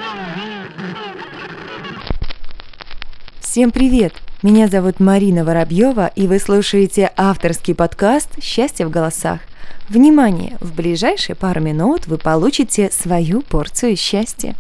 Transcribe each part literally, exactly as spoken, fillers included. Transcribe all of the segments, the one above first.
Всем привет! Меня зовут Марина Воробьева, и вы слушаете авторский подкаст «Счастье в голосах». Внимание! В ближайшие пару минут вы получите свою порцию счастья.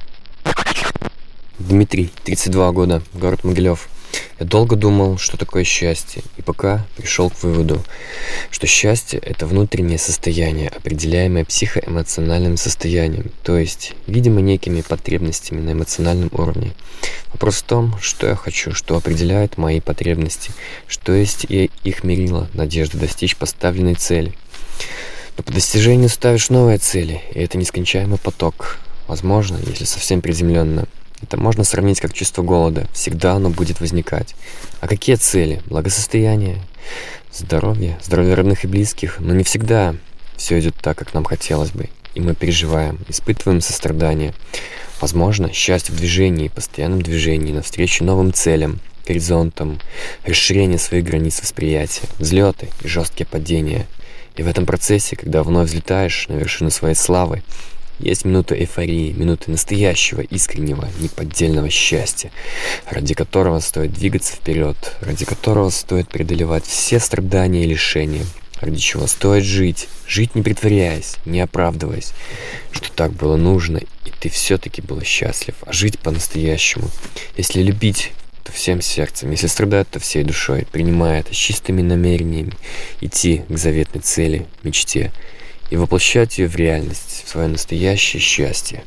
Дмитрий, тридцать два года, город Могилев. Я долго думал, что такое счастье, и пока пришел к выводу, что счастье – это внутреннее состояние, определяемое психоэмоциональным состоянием, то есть, видимо, некими потребностями на эмоциональном уровне. Вопрос в том, что я хочу, что определяет мои потребности, что есть и их мерило, надежда достичь поставленной цели. Но по достижению ставишь новые цели, и это нескончаемый поток. Возможно, если совсем приземленно, это можно сравнить как чувство голода. Всегда оно будет возникать. А какие цели? Благосостояние, здоровье, здоровье родных и близких. Но не всегда все идет так, как нам хотелось бы. И мы переживаем, испытываем сострадание. Возможно, счастье в движении, постоянном движении, навстречу новым целям, горизонтам, расширение своих границ восприятия, взлеты и жесткие падения. И в этом процессе, когда вновь взлетаешь на вершину своей славы, есть минута эйфории, минуты настоящего, искреннего, неподдельного счастья, ради которого стоит двигаться вперед, ради которого стоит преодолевать все страдания и лишения, ради чего стоит жить, жить не притворяясь, не оправдываясь, что так было нужно, и ты все-таки был счастлив, а жить по-настоящему. Если любить, то всем сердцем, если страдать, то всей душой, принимая это с чистыми намерениями, идти к заветной цели, мечте, и воплощать ее в реальность, в свое настоящее счастье.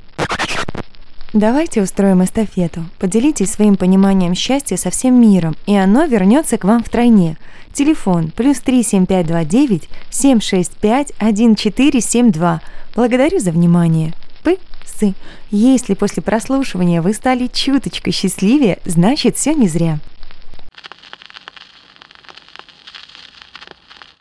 Давайте устроим эстафету. Поделитесь своим пониманием счастья со всем миром, и оно вернется к вам втройне. Телефон плюс три семь пять два девять семь шесть пять один четыре семь два. Благодарю за внимание. Пы-сы. Если после прослушивания вы стали чуточку счастливее, значит все не зря.